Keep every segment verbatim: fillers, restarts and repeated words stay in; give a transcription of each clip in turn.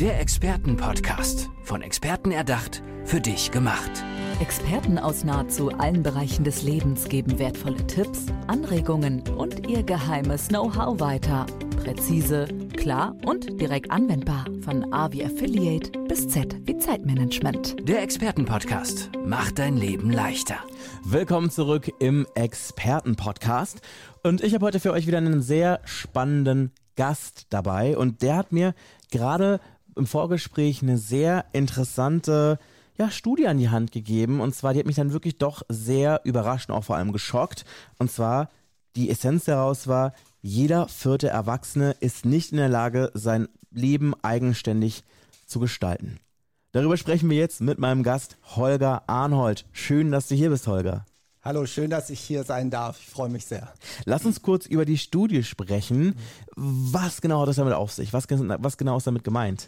Der Expertenpodcast. Von Experten erdacht, für dich gemacht. Experten aus nahezu allen Bereichen des Lebens geben wertvolle Tipps, Anregungen und ihr geheimes Know-how weiter. Präzise, klar und direkt anwendbar. Von A wie Affiliate bis Z wie Zeitmanagement. Der Expertenpodcast macht dein Leben leichter. Willkommen zurück im Expertenpodcast. Und ich habe heute für euch wieder einen sehr spannenden Gast dabei. Und der hat mir gerade im Vorgespräch eine sehr interessante ja, Studie an die Hand gegeben. Und zwar, die hat mich dann wirklich doch sehr überrascht und auch vor allem geschockt. Und zwar, die Essenz daraus war, jeder vierte Erwachsene ist nicht in der Lage, sein Leben eigenständig zu gestalten. Darüber sprechen wir jetzt mit meinem Gast Holger Arnhold. Schön, dass du hier bist, Holger. Hallo, schön, dass ich hier sein darf. Ich freue mich sehr. Lass uns kurz über die Studie sprechen. Was genau hat das damit auf sich? Was, was genau ist damit gemeint?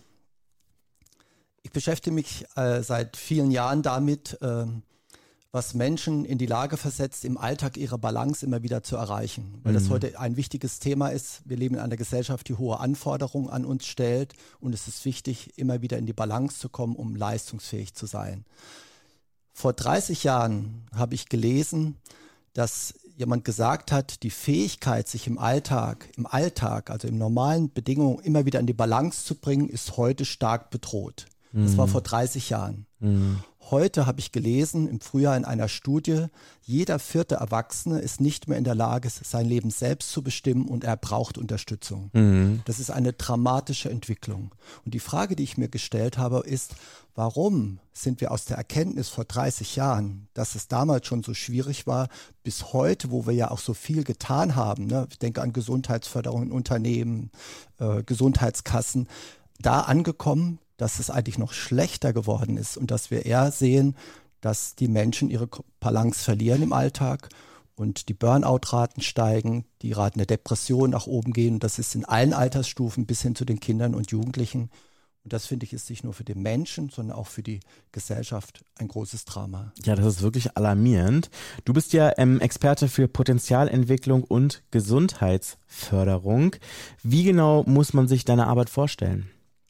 Ich beschäftige mich äh, seit vielen Jahren damit, äh, was Menschen in die Lage versetzt, im Alltag ihre Balance immer wieder zu erreichen. Weil mhm. das heute ein wichtiges Thema ist. Wir leben in einer Gesellschaft, die hohe Anforderungen an uns stellt. Und es ist wichtig, immer wieder in die Balance zu kommen, um leistungsfähig zu sein. Vor dreißig Jahren habe ich gelesen, dass jemand gesagt hat, die Fähigkeit, sich im Alltag, im Alltag, also in normalen Bedingungen immer wieder in die Balance zu bringen, ist heute stark bedroht. Das mhm. war vor dreißig Jahren. Mhm. Heute habe ich gelesen, im Frühjahr in einer Studie, jeder vierte Erwachsene ist nicht mehr in der Lage, sein Leben selbst zu bestimmen und er braucht Unterstützung. Mhm. Das ist eine dramatische Entwicklung. Und die Frage, die ich mir gestellt habe, ist, warum sind wir aus der Erkenntnis vor dreißig Jahren, dass es damals schon so schwierig war, bis heute, wo wir ja auch so viel getan haben, ne? Ich denke an Gesundheitsförderung in Unternehmen, äh, Gesundheitskassen, da angekommen, dass es eigentlich noch schlechter geworden ist und dass wir eher sehen, dass die Menschen ihre Balance verlieren im Alltag und die Burnout-Raten steigen, die Raten der Depression nach oben gehen. Und das ist in allen Altersstufen bis hin zu den Kindern und Jugendlichen. Und das, finde ich, ist nicht nur für den Menschen, sondern auch für die Gesellschaft ein großes Drama. Ja, das ist wirklich alarmierend. Du bist ja ähm, Experte für Potenzialentwicklung und Gesundheitsförderung. Wie genau muss man sich deine Arbeit vorstellen?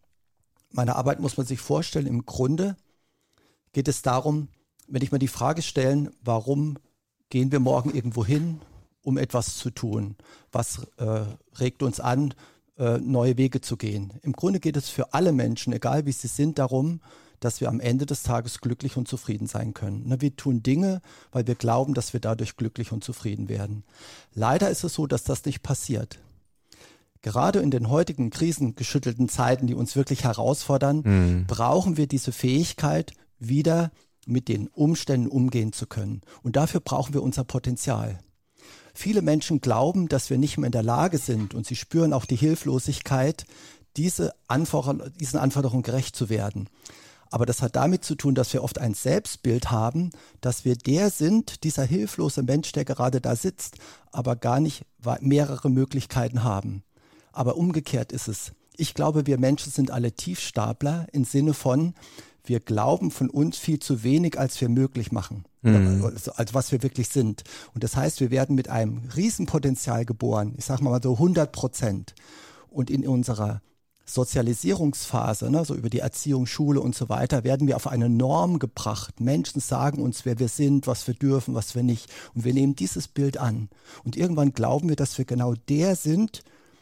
Meine Arbeit muss man sich vorstellen, im Grunde geht es darum, wenn ich mir die Frage stelle, warum gehen wir morgen irgendwo hin, um etwas zu tun? Was äh, regt uns an, äh, neue Wege zu gehen? Im Grunde geht es für alle Menschen, egal wie sie sind, darum, dass wir am Ende des Tages glücklich und zufrieden sein können. Na, wir tun Dinge, weil wir glauben, dass wir dadurch glücklich und zufrieden werden. Leider ist es so, dass das nicht passiert. Gerade in den heutigen krisengeschüttelten Zeiten, die uns wirklich herausfordern, mhm. brauchen wir diese Fähigkeit, wieder mit den Umständen umgehen zu können. Und dafür brauchen wir unser Potenzial. Viele Menschen glauben, dass wir nicht mehr in der Lage sind und sie spüren auch die Hilflosigkeit, diese Anforder- diesen Anforderungen gerecht zu werden. Aber das hat damit zu tun, dass wir oft ein Selbstbild haben, dass wir der sind, dieser hilflose Mensch, der gerade da sitzt, aber gar nicht mehrere Möglichkeiten haben. Aber umgekehrt ist es. Ich glaube, wir Menschen sind alle Tiefstapler im Sinne von, wir glauben von uns viel zu wenig, als wir möglich machen, mhm. also, als was wir wirklich sind. Und das heißt, wir werden mit einem Riesenpotenzial geboren, ich sage mal so hundert Prozent. Und in unserer Sozialisierungsphase, ne, so über die Erziehung, Schule und so weiter, werden wir auf eine Norm gebracht. Menschen sagen uns, wer wir sind, was wir dürfen, was wir nicht. Und wir nehmen dieses Bild an. Und irgendwann glauben wir, dass wir genau der sind,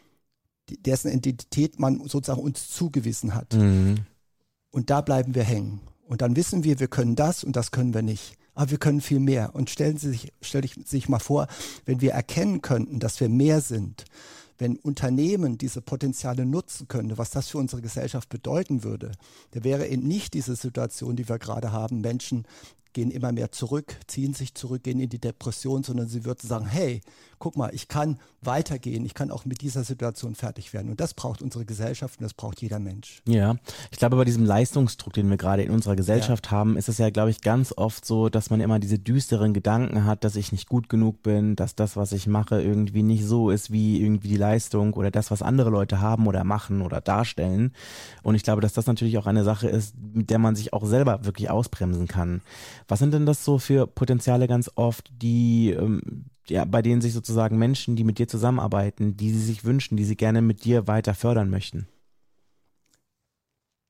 dessen Identität man sozusagen uns zugewiesen hat. Mhm. Und da bleiben wir hängen. Und dann wissen wir, wir können das und das können wir nicht. Aber wir können viel mehr. Und stellen Sie sich, stell ich sich mal vor, wenn wir erkennen könnten, dass wir mehr sind, wenn Unternehmen diese Potenziale nutzen könnten, was das für unsere Gesellschaft bedeuten würde, da wäre eben nicht diese Situation, die wir gerade haben, Menschen gehen immer mehr zurück, ziehen sich zurück, gehen in die Depression, sondern sie würden sagen, hey, guck mal, ich kann weitergehen, ich kann auch mit dieser Situation fertig werden. Und das braucht unsere Gesellschaft und das braucht jeder Mensch. Ja, ich glaube, bei diesem Leistungsdruck, den wir gerade in unserer Gesellschaft ja. haben, ist es ja, glaube ich, ganz oft so, dass man immer diese düsteren Gedanken hat, dass ich nicht gut genug bin, dass das, was ich mache, irgendwie nicht so ist wie irgendwie die Leistung oder das, was andere Leute haben oder machen oder darstellen. Und ich glaube, dass das natürlich auch eine Sache ist, mit der man sich auch selber wirklich ausbremsen kann. Was sind denn das so für Potenziale ganz oft, die ähm, ja, bei denen sich sozusagen Menschen, die mit dir zusammenarbeiten, die sie sich wünschen, die sie gerne mit dir weiter fördern möchten?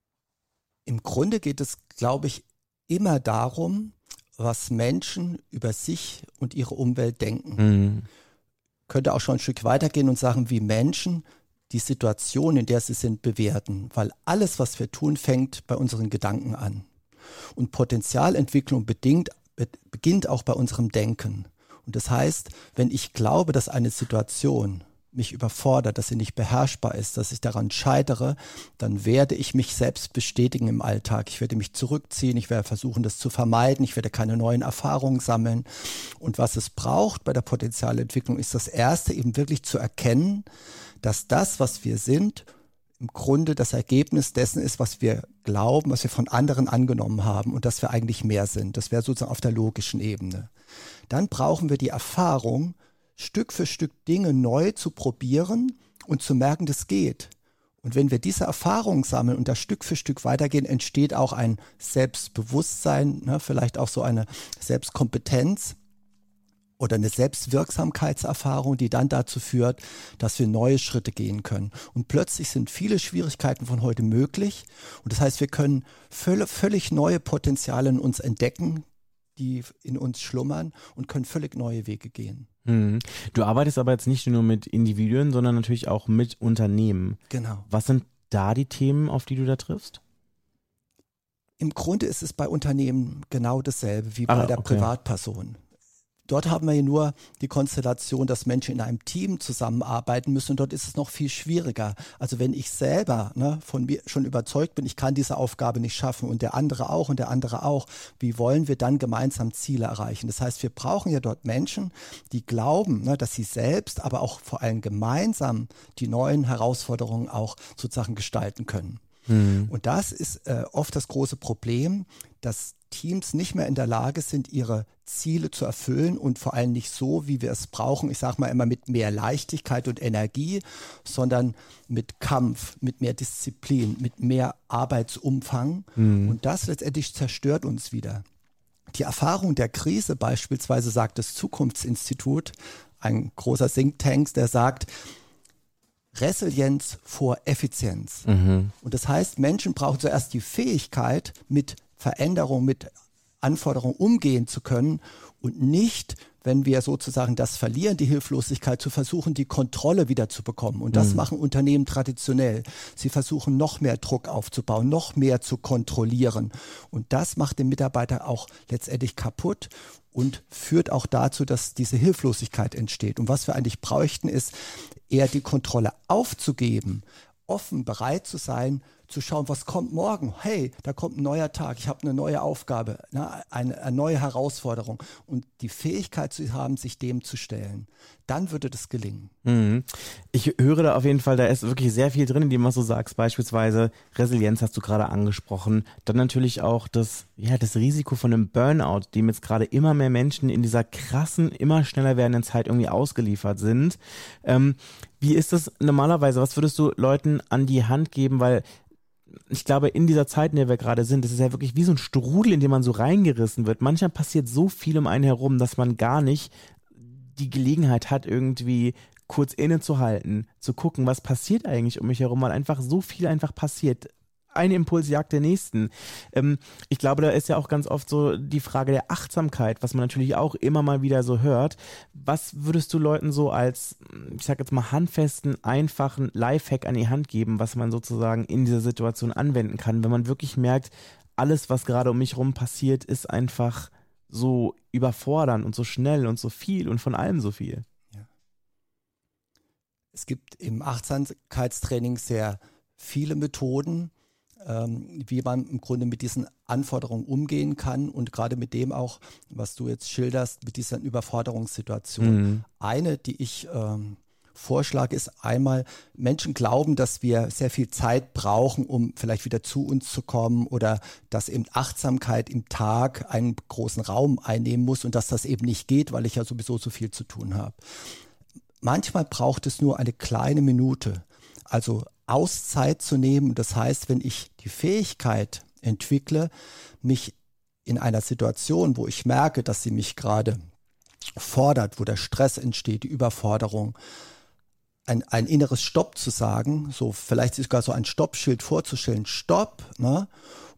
Im Grunde geht es, glaube ich, immer darum, was Menschen über sich und ihre Umwelt denken. Mhm. Könnte auch schon ein Stück weitergehen und sagen, wie Menschen die Situation, in der sie sind, bewerten. Weil alles, was wir tun, fängt bei unseren Gedanken an. Und Potenzialentwicklung bedingt, be- beginnt auch bei unserem Denken. Und das heißt, wenn ich glaube, dass eine Situation mich überfordert, dass sie nicht beherrschbar ist, dass ich daran scheitere, dann werde ich mich selbst bestätigen im Alltag. Ich werde mich zurückziehen, ich werde versuchen, das zu vermeiden, ich werde keine neuen Erfahrungen sammeln. Und was es braucht bei der Potenzialentwicklung, ist das Erste eben wirklich zu erkennen, dass das, was wir sind, im Grunde das Ergebnis dessen ist, was wir glauben, was wir von anderen angenommen haben und dass wir eigentlich mehr sind. Das wäre sozusagen auf der logischen Ebene. Dann brauchen wir die Erfahrung, Stück für Stück Dinge neu zu probieren und zu merken, das geht. Und wenn wir diese Erfahrung sammeln und da Stück für Stück weitergehen, entsteht auch ein Selbstbewusstsein, ne, vielleicht auch so eine Selbstkompetenz oder eine Selbstwirksamkeitserfahrung, die dann dazu führt, dass wir neue Schritte gehen können. Und plötzlich sind viele Schwierigkeiten von heute möglich. Und das heißt, wir können völlig, völlig neue Potenziale in uns entdecken, die in uns schlummern und können völlig neue Wege gehen. Mhm. Du arbeitest aber jetzt nicht nur mit Individuen, sondern natürlich auch mit Unternehmen. Genau. Was sind da die Themen, auf die du da triffst? Im Grunde ist es bei Unternehmen genau dasselbe wie bei Ah, der okay. Privatperson. Dort haben wir ja nur die Konstellation, dass Menschen in einem Team zusammenarbeiten müssen und dort ist es noch viel schwieriger. Also wenn ich selber ne, von mir schon überzeugt bin, ich kann diese Aufgabe nicht schaffen und der andere auch und der andere auch, wie wollen wir dann gemeinsam Ziele erreichen? Das heißt, wir brauchen ja dort Menschen, die glauben, ne, dass sie selbst, aber auch vor allem gemeinsam die neuen Herausforderungen auch sozusagen gestalten können. Mhm. Und das ist äh, oft das große Problem, dass Teams nicht mehr in der Lage sind, ihre Ziele zu erfüllen und vor allem nicht so, wie wir es brauchen, ich sage mal immer mit mehr Leichtigkeit und Energie, sondern mit Kampf, mit mehr Disziplin, mit mehr Arbeitsumfang. Mhm. Und das letztendlich zerstört uns wieder. Die Erfahrung der Krise beispielsweise sagt das Zukunftsinstitut, ein großer Think Tank, der sagt, Resilienz vor Effizienz. Mhm. Und das heißt, Menschen brauchen zuerst die Fähigkeit, mit Veränderung, mit Anforderungen umgehen zu können und nicht, wenn wir sozusagen das verlieren, die Hilflosigkeit, zu versuchen, die Kontrolle wieder zu bekommen. Und das mhm. machen Unternehmen traditionell. Sie versuchen, noch mehr Druck aufzubauen, noch mehr zu kontrollieren. Und das macht den Mitarbeiter auch letztendlich kaputt und führt auch dazu, dass diese Hilflosigkeit entsteht. Und was wir eigentlich bräuchten, ist eher die Kontrolle aufzugeben, offen, bereit zu sein, zu schauen, was kommt morgen. Hey, da kommt ein neuer Tag, ich habe eine neue Aufgabe, ne, eine, eine neue Herausforderung und die Fähigkeit zu haben, sich dem zu stellen. Dann würde das gelingen. Mhm. Ich höre da auf jeden Fall, da ist wirklich sehr viel drin, in dem, was du sagst. Beispielsweise Resilienz hast du gerade angesprochen. Dann natürlich auch das, ja, das Risiko von einem Burnout, dem jetzt gerade immer mehr Menschen in dieser krassen, immer schneller werdenden Zeit irgendwie ausgeliefert sind. Ähm, wie ist das normalerweise? Was würdest du Leuten an die Hand geben? Weil ich glaube, in dieser Zeit, in der wir gerade sind, das ist ja wirklich wie so ein Strudel, in dem man so reingerissen wird. Manchmal passiert so viel um einen herum, dass man gar nicht die Gelegenheit hat, irgendwie kurz innezuhalten, zu gucken, was passiert eigentlich um mich herum, weil einfach so viel einfach passiert. Ein Impuls jagt den nächsten. Ähm, ich glaube, da ist ja auch ganz oft so die Frage der Achtsamkeit, was man natürlich auch immer mal wieder so hört. Was würdest du Leuten so als, ich sag jetzt mal, handfesten, einfachen Lifehack an die Hand geben, was man sozusagen in dieser Situation anwenden kann, wenn man wirklich merkt, alles, was gerade um mich rum passiert, ist einfach so überfordernd und so schnell und so viel und von allem so viel? Ja. Es gibt im Achtsamkeitstraining sehr viele Methoden, ähm, wie man im Grunde mit diesen Anforderungen umgehen kann und gerade mit dem auch, was du jetzt schilderst, mit dieser Überforderungssituation. Mhm. Eine, die ich ähm, vorschlage, ist einmal, Menschen glauben, dass wir sehr viel Zeit brauchen, um vielleicht wieder zu uns zu kommen oder dass eben Achtsamkeit im Tag einen großen Raum einnehmen muss und dass das eben nicht geht, weil ich ja sowieso so viel zu tun habe. Manchmal braucht es nur eine kleine Minute, also Auszeit zu nehmen. Das heißt, wenn ich die Fähigkeit entwickle, mich in einer Situation, wo ich merke, dass sie mich gerade fordert, wo der Stress entsteht, die Überforderung, ein, ein inneres Stopp zu sagen, so vielleicht sogar so ein Stoppschild vorzustellen, Stopp, ne?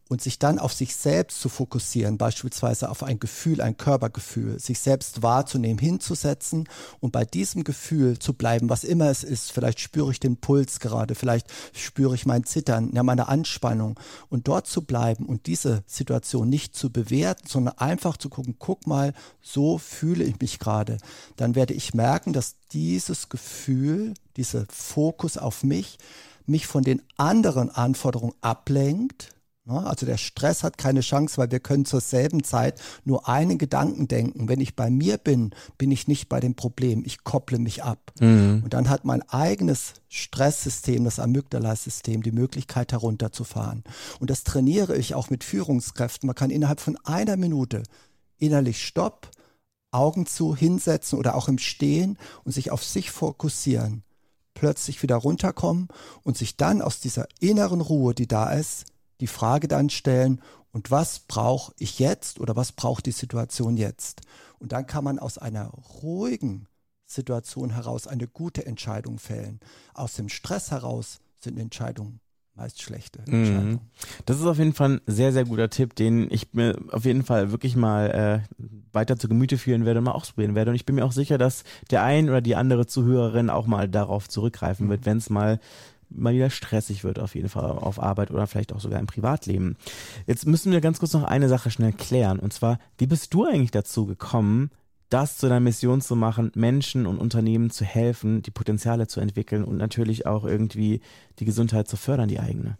und sich dann auf sich selbst zu fokussieren, beispielsweise auf ein Gefühl, ein Körpergefühl, sich selbst wahrzunehmen, hinzusetzen und bei diesem Gefühl zu bleiben, was immer es ist. Vielleicht spüre ich den Puls gerade, vielleicht spüre ich mein Zittern, ja, meine Anspannung und dort zu bleiben und diese Situation nicht zu bewerten, sondern einfach zu gucken, guck mal, so fühle ich mich gerade. Dann werde ich merken, dass dieses Gefühl, dieser Fokus auf mich, mich von den anderen Anforderungen ablenkt. Also der Stress hat keine Chance, weil wir können zur selben Zeit nur einen Gedanken denken. Wenn ich bei mir bin, bin ich nicht bei dem Problem. Ich kopple mich ab. Mhm. Und dann hat mein eigenes Stresssystem, das Amygdala-System, die Möglichkeit herunterzufahren. Und das trainiere ich auch mit Führungskräften. Man kann innerhalb von einer Minute innerlich Stopp, Augen zu, hinsetzen oder auch im Stehen und sich auf sich fokussieren. Plötzlich wieder runterkommen und sich dann aus dieser inneren Ruhe, die da ist, die Frage dann stellen, und was brauche ich jetzt oder was braucht die Situation jetzt? Und dann kann man aus einer ruhigen Situation heraus eine gute Entscheidung fällen. Aus dem Stress heraus sind Entscheidungen meist schlechte Entscheidungen. Mhm. Das ist auf jeden Fall ein sehr, sehr guter Tipp, den ich mir auf jeden Fall wirklich mal äh, weiter zu Gemüte führen werde und mal ausprobieren werde. Und ich bin mir auch sicher, dass der ein oder die andere Zuhörerin auch mal darauf zurückgreifen mhm. wird, wenn es mal mal wieder stressig wird, auf jeden Fall auf Arbeit oder vielleicht auch sogar im Privatleben. Jetzt müssen wir ganz kurz noch eine Sache schnell klären, und zwar, wie bist du eigentlich dazu gekommen, das zu deiner Mission zu machen, Menschen und Unternehmen zu helfen, die Potenziale zu entwickeln und natürlich auch irgendwie die Gesundheit zu fördern, die eigene?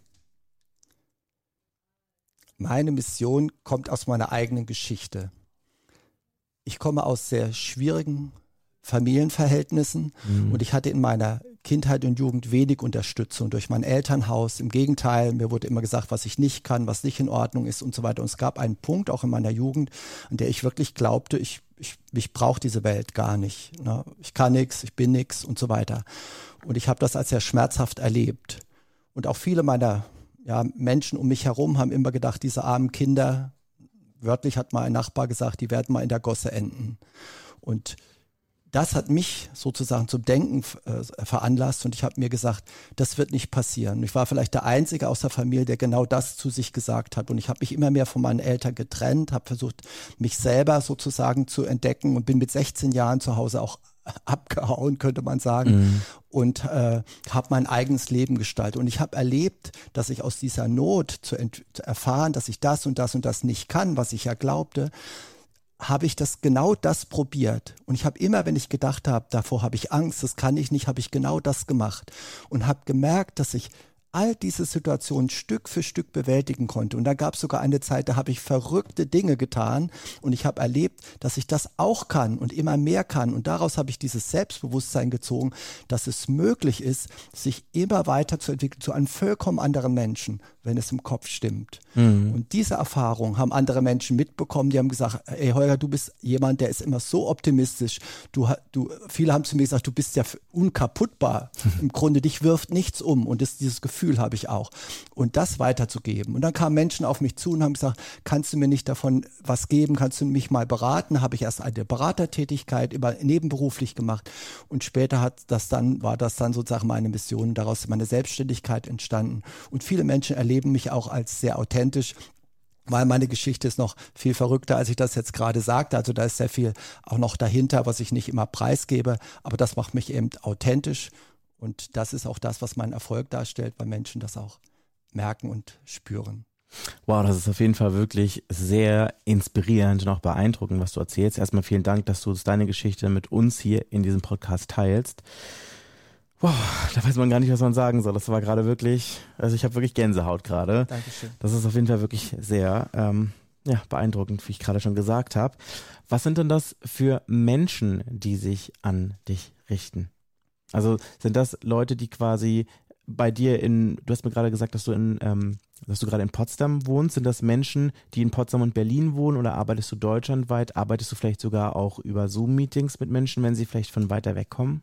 Meine Mission kommt aus meiner eigenen Geschichte. Ich komme aus sehr schwierigen Familienverhältnissen mhm. und ich hatte in meiner Kindheit und Jugend wenig Unterstützung durch mein Elternhaus. Im Gegenteil, mir wurde immer gesagt, was ich nicht kann, was nicht in Ordnung ist und so weiter. Und es gab einen Punkt auch in meiner Jugend, an der ich wirklich glaubte, ich, ich, ich brauche diese Welt gar nicht. Ne? Ich kann nichts, ich bin nichts und so weiter. Und ich habe das als sehr schmerzhaft erlebt. Und auch viele meiner ja, Menschen um mich herum haben immer gedacht, diese armen Kinder, wörtlich hat mal ein Nachbar gesagt, die werden mal in der Gosse enden. Und das hat mich sozusagen zum Denken äh, veranlasst und ich habe mir gesagt, das wird nicht passieren. Ich war vielleicht der Einzige aus der Familie, der genau das zu sich gesagt hat, und ich habe mich immer mehr von meinen Eltern getrennt, habe versucht, mich selber sozusagen zu entdecken und bin mit sechzehn Jahren zu Hause auch abgehauen, könnte man sagen, mhm. und äh, habe mein eigenes Leben gestaltet. Und ich habe erlebt, dass ich aus dieser Not zu, ent- zu erfahren, dass ich das und das und das nicht kann, was ich ja glaubte, habe ich das genau das probiert. Und ich habe immer, wenn ich gedacht habe, davor habe ich Angst, das kann ich nicht, habe ich genau das gemacht und habe gemerkt, dass ich all diese Situationen Stück für Stück bewältigen konnte. Und da gab es sogar eine Zeit, da habe ich verrückte Dinge getan und ich habe erlebt, dass ich das auch kann und immer mehr kann. Und daraus habe ich dieses Selbstbewusstsein gezogen, dass es möglich ist, sich immer weiter zu entwickeln zu einem vollkommen anderen Menschen, wenn es im Kopf stimmt. Mhm. Und diese Erfahrung haben andere Menschen mitbekommen, die haben gesagt, ey Holger, du bist jemand, der ist immer so optimistisch. Du, du, viele haben zu mir gesagt, du bist ja unkaputtbar. Im Grunde, dich wirft nichts um. Und das, dieses Gefühl habe ich auch. Und das weiterzugeben. Und dann kamen Menschen auf mich zu und haben gesagt, kannst du mir nicht davon was geben? Kannst du mich mal beraten? Habe ich erst eine Beratertätigkeit immer nebenberuflich gemacht. Und später hat das dann, war das dann sozusagen meine Mission. Daraus ist meine Selbstständigkeit entstanden. Und viele Menschen erleben mich auch als sehr authentisch, weil meine Geschichte ist noch viel verrückter, als ich das jetzt gerade sagte. Also da ist sehr viel auch noch dahinter, was ich nicht immer preisgebe. Aber das macht mich eben authentisch. Und das ist auch das, was meinen Erfolg darstellt, weil Menschen das auch merken und spüren. Wow, das ist auf jeden Fall wirklich sehr inspirierend und auch beeindruckend, was du erzählst. Erstmal vielen Dank, dass du deine Geschichte mit uns hier in diesem Podcast teilst. Wow, da weiß man gar nicht, was man sagen soll. Das war gerade wirklich, also ich habe wirklich Gänsehaut gerade. Dankeschön. Das ist auf jeden Fall wirklich sehr ähm, ja, beeindruckend, wie ich gerade schon gesagt habe. Was sind denn das für Menschen, die sich an dich richten? Also sind das Leute, die quasi bei dir in, du hast mir gerade gesagt, dass du in, ähm, dass du gerade in Potsdam wohnst. Sind das Menschen, die in Potsdam und Berlin wohnen, oder arbeitest du deutschlandweit? Arbeitest du vielleicht sogar auch über Zoom-Meetings mit Menschen, wenn sie vielleicht von weiter weg kommen?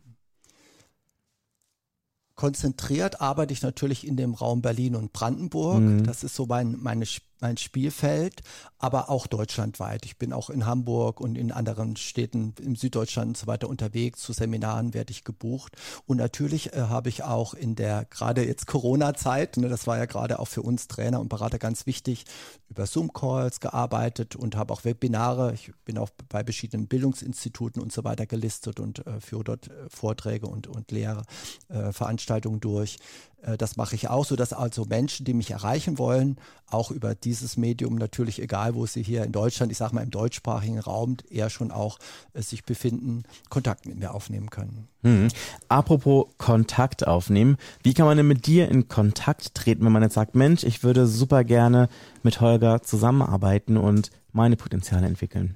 Konzentriert arbeite ich natürlich in dem Raum Berlin und Brandenburg. Mhm. Das ist so mein, meine mein Spielfeld, aber auch deutschlandweit. Ich bin auch in Hamburg und in anderen Städten im Süddeutschland und so weiter unterwegs. Zu Seminaren werde ich gebucht. Und natürlich äh, habe ich auch in der gerade jetzt Corona-Zeit, ne, das war ja gerade auch für uns Trainer und Berater ganz wichtig, über Zoom-Calls gearbeitet und habe auch Webinare. Ich bin auch bei verschiedenen Bildungsinstituten und so weiter gelistet und äh, führe dort äh, Vorträge und, und Lehre, äh, Veranstaltungen durch. Das mache ich auch, sodass also Menschen, die mich erreichen wollen, auch über dieses Medium natürlich, egal wo sie hier in Deutschland, ich sage mal im deutschsprachigen Raum, eher schon auch äh, sich befinden, Kontakt mit mir aufnehmen können. Mhm. Apropos Kontakt aufnehmen, wie kann man denn mit dir in Kontakt treten, wenn man jetzt sagt, Mensch, ich würde super gerne mit Holger zusammenarbeiten und meine Potenziale entwickeln?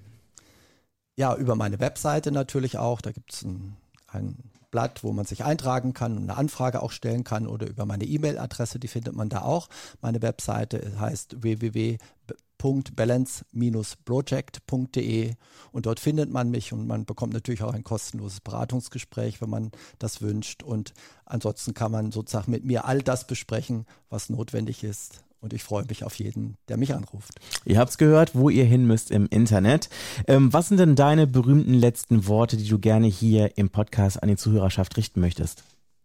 Ja, über meine Webseite natürlich auch, da gibt es ein, ein Blatt, wo man sich eintragen kann und eine Anfrage auch stellen kann, oder über meine E-Mail-Adresse, die findet man da auch. Meine Webseite heißt w w w punkt balance dash project punkt d e und dort findet man mich und man bekommt natürlich auch ein kostenloses Beratungsgespräch, wenn man das wünscht, und ansonsten kann man sozusagen mit mir all das besprechen, was notwendig ist. Und ich freue mich auf jeden, der mich anruft. Ihr habt's gehört, wo ihr hin müsst im Internet. Ähm, was sind denn deine berühmten letzten Worte, die du gerne hier im Podcast an die Zuhörerschaft richten möchtest?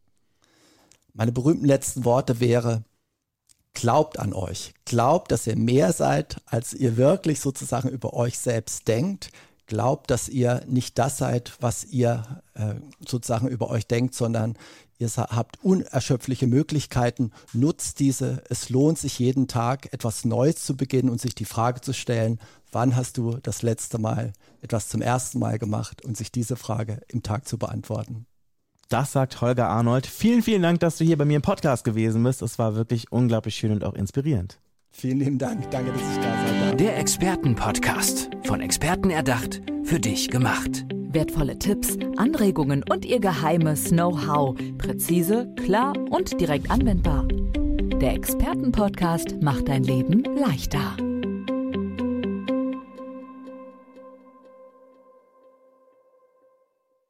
Meine berühmten letzten Worte wäre: Glaubt an euch. Glaubt, dass ihr mehr seid, als ihr wirklich sozusagen über euch selbst denkt. Glaubt, dass ihr nicht das seid, was ihr äh, sozusagen über euch denkt, sondern ihr habt unerschöpfliche Möglichkeiten. Nutzt diese. Es lohnt sich jeden Tag, etwas Neues zu beginnen und sich die Frage zu stellen, wann hast du das letzte Mal etwas zum ersten Mal gemacht, und sich diese Frage im Tag zu beantworten. Das sagt Holger Arnold. Vielen, vielen Dank, dass du hier bei mir im Podcast gewesen bist. Es war wirklich unglaublich schön und auch inspirierend. Vielen lieben Dank. Danke, dass ich da sein darf. Der Experten-Podcast. Von Experten erdacht, für dich gemacht. Wertvolle Tipps, Anregungen und ihr geheimes Know-how. Präzise, klar und direkt anwendbar. Der Experten-Podcast macht dein Leben leichter.